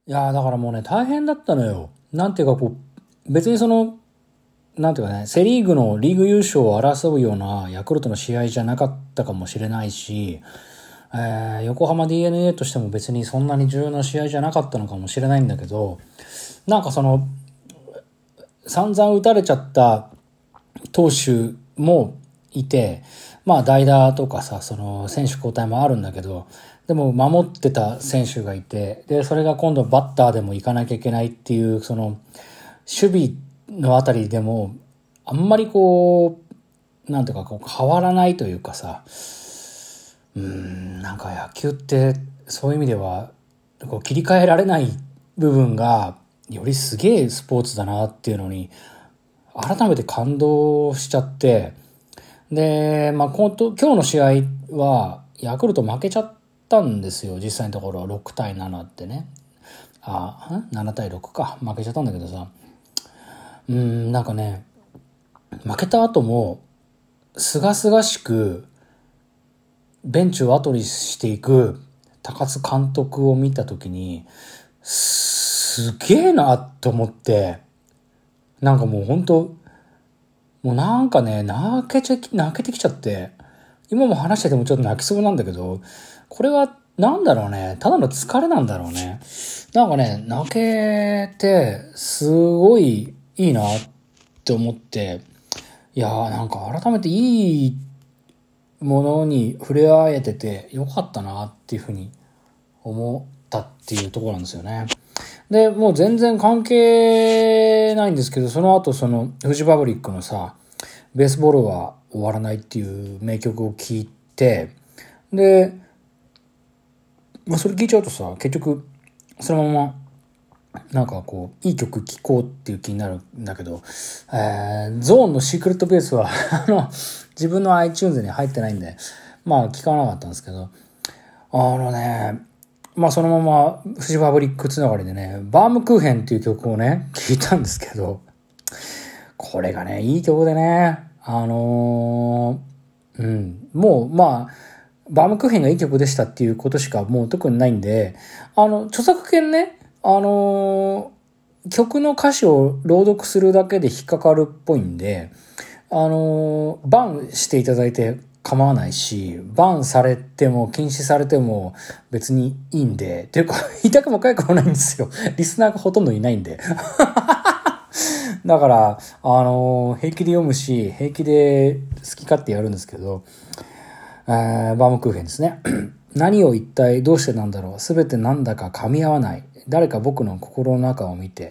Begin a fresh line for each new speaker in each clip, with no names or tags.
いやーだからもうね、大変だったのよ。なんていうか別になんていうかね、セリーグのリーグ優勝を争うようなヤクルトの試合じゃなかったかもしれないし、横浜 DNA としても別にそんなに重要な試合じゃなかったのかもしれないんだけど、なんか散々打たれちゃった投手もいて、まあ代打とかさ、選手交代もあるんだけど、でも守ってた選手がいて、で、それが今度バッターでも行かなきゃいけないっていう、守備のあたりでも、あんまりなんていうか変わらないというかさ、なんか野球ってそういう意味では、切り替えられない部分が、よりすげえスポーツだなっていうのに、改めて感動しちゃって、で、まあ、今日の試合は、ヤクルト負けちゃったんですよ。実際のところ6対7ってね。7対6か。負けちゃったんだけどさ。なんかね、負けた後も、すがすがしく、ベンチを後にしていく高津監督を見たときに、すげえなと思って、なんかもう本当もうなんかね、泣けてきちゃって、今も話しててもちょっと泣きそうなんだけど、これはなんだろうね、ただの疲れなんだろうね。なんかね、泣けて、すごいいいなって思って、いやーなんか改めていいものに触れ合えててよかったなっていうふうに思ったっていうところなんですよね。で、もう全然関係ないんですけど、その後フジファブリックのさ、ベースボールは終わらないっていう名曲を聴いて、で、それ聴いちゃうとさ、結局、そのまま、なんかいい曲聴こうっていう気になるんだけど、ゾーンのシークレットベースは自分の iTunes に入ってないんで、まあ聞かなかったんですけど、まあそのままフジファブリックつながりでね、バームクーヘンっていう曲をね、聴いたんですけど、これがね、いい曲でね、もうまあ、バームクーヘンがいい曲でしたっていうことしかもう特にないんで、著作権ね、曲の歌詞を朗読するだけで引っかかるっぽいんで、バンしていただいて構わないし、バンされても禁止されても別にいいんで、っていうか、痛くも痒くもないんですよ。リスナーがほとんどいないんで。だから、平気で読むし、平気で好き勝手やるんですけど、バームクーヘンですね。何を一体どうしてなんだろう。すべてなんだか噛み合わない。誰か僕の心の中を見て。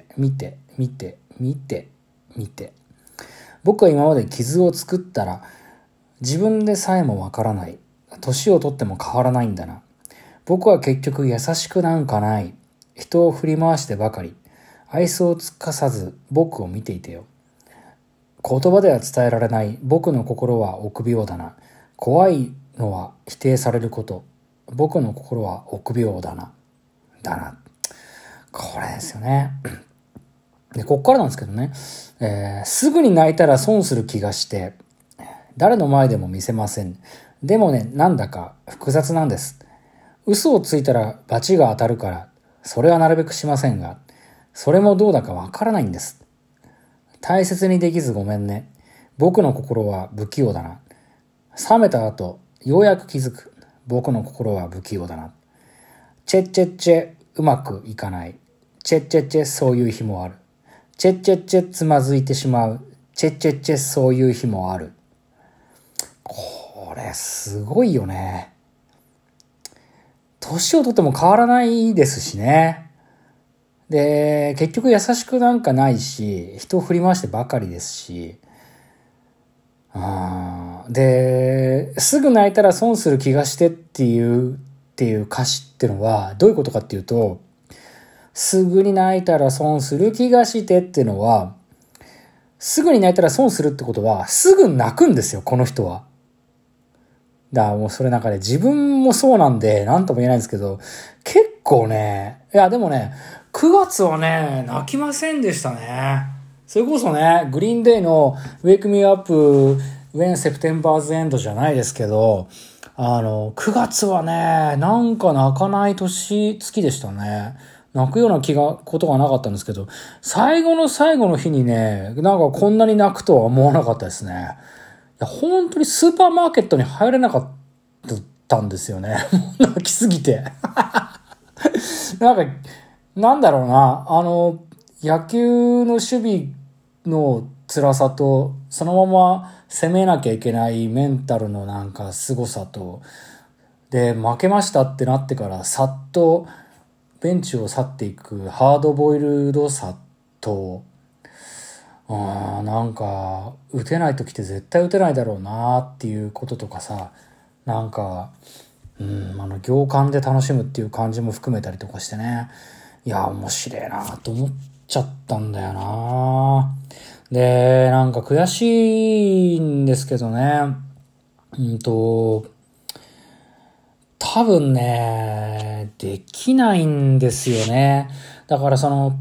僕は今まで傷を作ったら、自分でさえもわからない。年をとっても変わらないんだな。僕は結局優しくなんかない。人を振り回してばかり。愛想を尽かさず僕を見ていてよ。言葉では伝えられない僕の心は臆病だな。怖いのは否定されること。僕の心は臆病だな。これですよね。で、こっからなんですけどね。すぐに泣いたら損する気がして、誰の前でも見せません。でもね、なんだか複雑なんです。嘘をついたら罰が当たるから、それはなるべくしませんが、それもどうだかわからないんです。大切にできずごめんね。僕の心は不器用だな。冷めた後、ようやく気づく。僕の心は不器用だな。チェッチェッチェ、うまくいかない。チェッチェッチェ、そういう日もある。チェッチェッチェ、つまずいてしまう。チェッチェッチェ、そういう日もある。これ、すごいよね。年をとっても変わらないですしね。で、結局優しくなんかないし、人を振り回してばかりですし、で、すぐ泣いたら損する気がしてっていう歌詞ってのはどういうことかっていうと、すぐに泣いたら損する気がしてっていうのは、すぐに泣いたら損するってことは、すぐ泣くんですよ、この人は。だからもうそれなんかね、自分もそうなんで、なんとも言えないんですけど、結構ね、いやでもね、9月はね、泣きませんでしたね。それこそね、グリーンデイの Wake Me Up When September's End じゃないですけど、9月はね、なんか泣かない月でしたね。 泣くようなことがなかったんですけど、最後の最後の日にね、なんかこんなに泣くとは思わなかったですね。いや、本当にスーパーマーケットに入れなかったんですよね。もう泣きすぎて。なんか、なんだろうな、野球の守備の辛さと、そのまま攻めなきゃいけないメンタルのなんか凄さと、で、負けましたってなってからさっとベンチを去っていくハードボイルドさと、なんか、打てない時って絶対打てないだろうなっていうこととかさ、なんか、行間で楽しむっていう感じも含めたりとかしてね。いや、面白いなと思っちゃったんだよな。で、なんか悔しいんですけどね。多分ね、できないんですよね。だから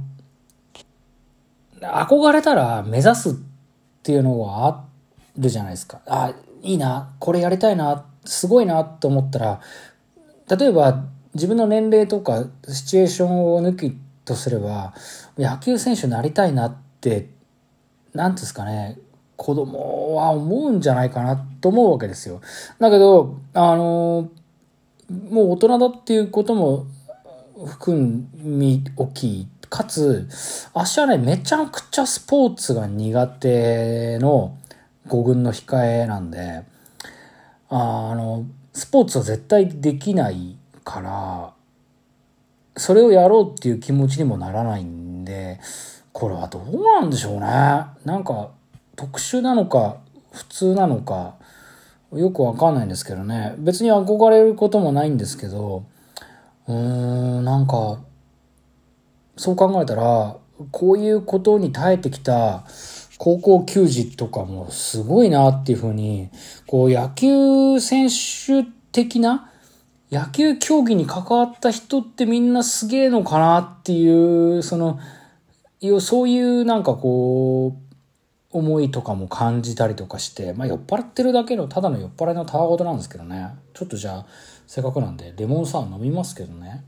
憧れたら目指すっていうのはあるじゃないですか。あ、いいな、これやりたいな、すごいなと思ったら、例えば自分の年齢とかシチュエーションを抜きとすれば、野球選手になりたいなって、なんですかね、子供は思うんじゃないかなと思うわけですよ。だけど、もう大人だっていうことも含み大きい。かつ、私はね、めちゃくちゃスポーツが苦手の5軍の控えなんで、スポーツは絶対できないから、それをやろうっていう気持ちにもならないんで、これはどうなんでしょうね。なんか、特殊なのか、普通なのか、よくわかんないんですけどね。別に憧れることもないんですけど、なんか、そう考えたら、こういうことに耐えてきた高校球児とかもすごいなっていうふうに、こう野球選手的な、野球競技に関わった人ってみんなすげえのかなっていう、そういうなんかこう、思いとかも感じたりとかして、酔っ払ってるだけのただの酔っ払いのたわごとなんですけどね。ちょっとじゃあ、せっかくなんでレモンサワー飲みますけどね。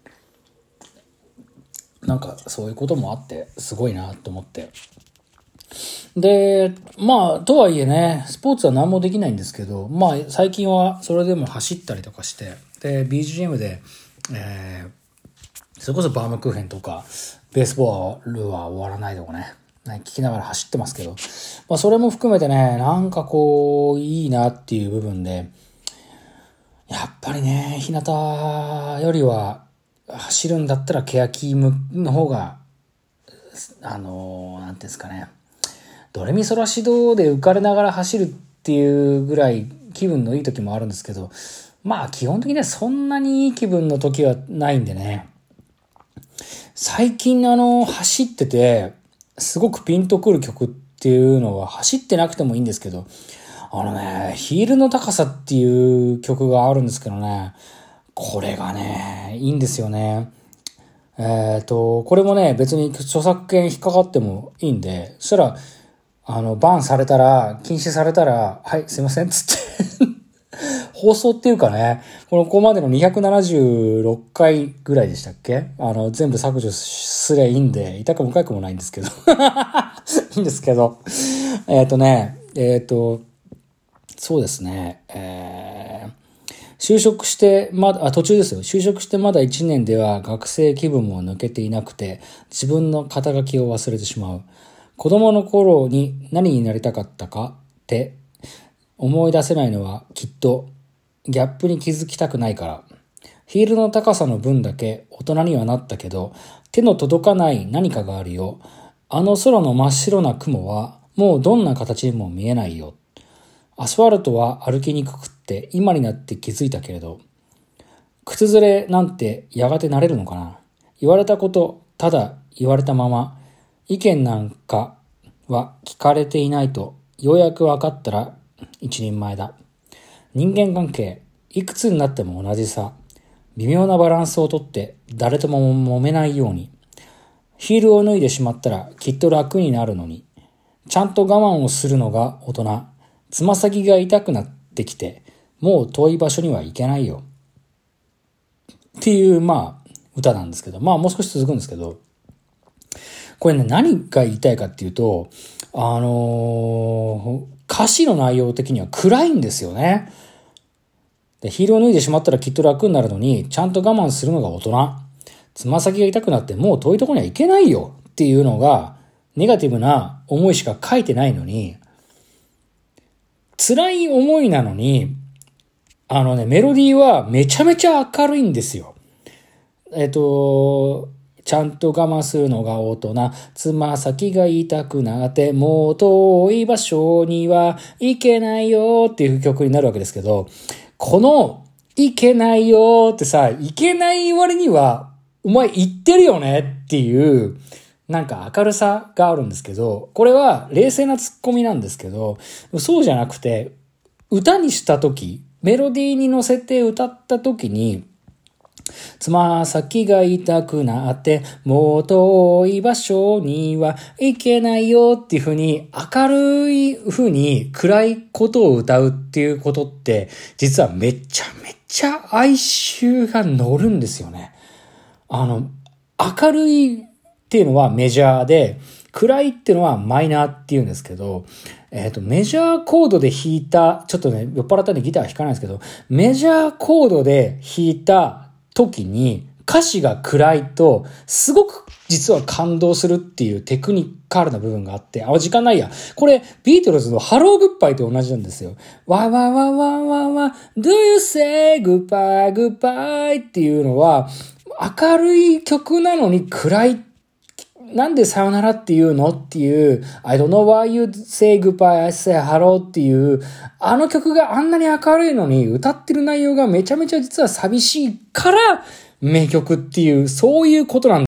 なんかそういうこともあってすごいなと思って。で、とはいえね、スポーツは何もできないんですけど、最近はそれでも走ったりとかして、で、BGM で、それこそバームクーヘンとか、ベースボールは終わらないとかね、聞きながら走ってますけど、それも含めてね、なんかこう、いいなっていう部分で、やっぱりね、日向よりは、走るんだったらケヤキの方が、なんていうんですかね、ドレミソラシドで浮かれながら走るっていうぐらい気分のいい時もあるんですけど、基本的にはそんなにいい気分の時はないんでね。最近走ってて、すごくピンとくる曲っていうのは走ってなくてもいいんですけど、ヒールの高さっていう曲があるんですけどね、これがね、いいんですよね。これもね、別に著作権引っかかってもいいんで、そしたら、バンされたら、禁止されたら、はい、すいません、つって放送っていうかね、ここまでの276回ぐらいでしたっけ？全部削除すりゃいいんで、痛くもかゆくもないんですけど。いいんですけど。そうですね。就職して途中ですよ。就職してまだ1年では学生気分も抜けていなくて、自分の肩書きを忘れてしまう。子供の頃に何になりたかったかって思い出せないのはきっとギャップに気づきたくないから。ヒールの高さの分だけ大人にはなったけど、手の届かない何かがあるよ。あの空の真っ白な雲はもうどんな形にも見えないよ。アスファルトは歩きにくくって今になって気づいたけれど、靴ずれなんてやがてなれるのかな。言われたこと、ただ言われたまま、意見なんかは聞かれていないとようやく分かったら一人前だ。人間関係、いくつになっても同じさ。微妙なバランスをとって誰とも揉めないように。ヒールを脱いでしまったらきっと楽になるのに。ちゃんと我慢をするのが大人。つま先が痛くなってきて、もう遠い場所には行けないよ。っていう、 歌なんですけど、まあもう少し続くんですけど、これね、何が言いたいかっていうと、歌詞の内容的には暗いんですよね。で、ヒールを脱いでしまったらきっと楽になるのに、ちゃんと我慢するのが大人。つま先が痛くなってもう遠いところには行けないよっていうのが、ネガティブな思いしか書いてないのに、辛い思いなのに、メロディーはめちゃめちゃ明るいんですよ。ちゃんと我慢するのが大人。つま先が痛くなって、もう遠い場所には行けないよっていう曲になるわけですけど、この行けないよってさ、行けない割には、お前言ってるよねっていう、なんか明るさがあるんですけど、これは冷静なツッコミなんですけど、そうじゃなくて、歌にしたとき、メロディーに乗せて歌ったときに、つま先が痛くなって、もう遠い場所には行けないよっていう風に、明るい風に暗いことを歌うっていうことって、実はめちゃめちゃ哀愁が乗るんですよね。明るいっていうのはメジャーで、暗いっていうのはマイナーっていうんですけど、メジャーコードで弾いた、ちょっとね、酔っ払ったんでギター弾かないんですけど、メジャーコードで弾いた時に歌詞が暗いと、すごく実は感動するっていうテクニカルな部分があって、時間ないや。これ、ビートルズのハローグッバイと同じなんですよ。わわわわわわ、do you say goodbye goodbye っていうのは、明るい曲なのに暗い。なんでさよならっていうのっていう、I don't know why you say goodbye, I say hello っていう、あの曲があんなに明るいのに歌ってる内容がめちゃめちゃ実は寂しいから名曲っていう、そういうことなんだ。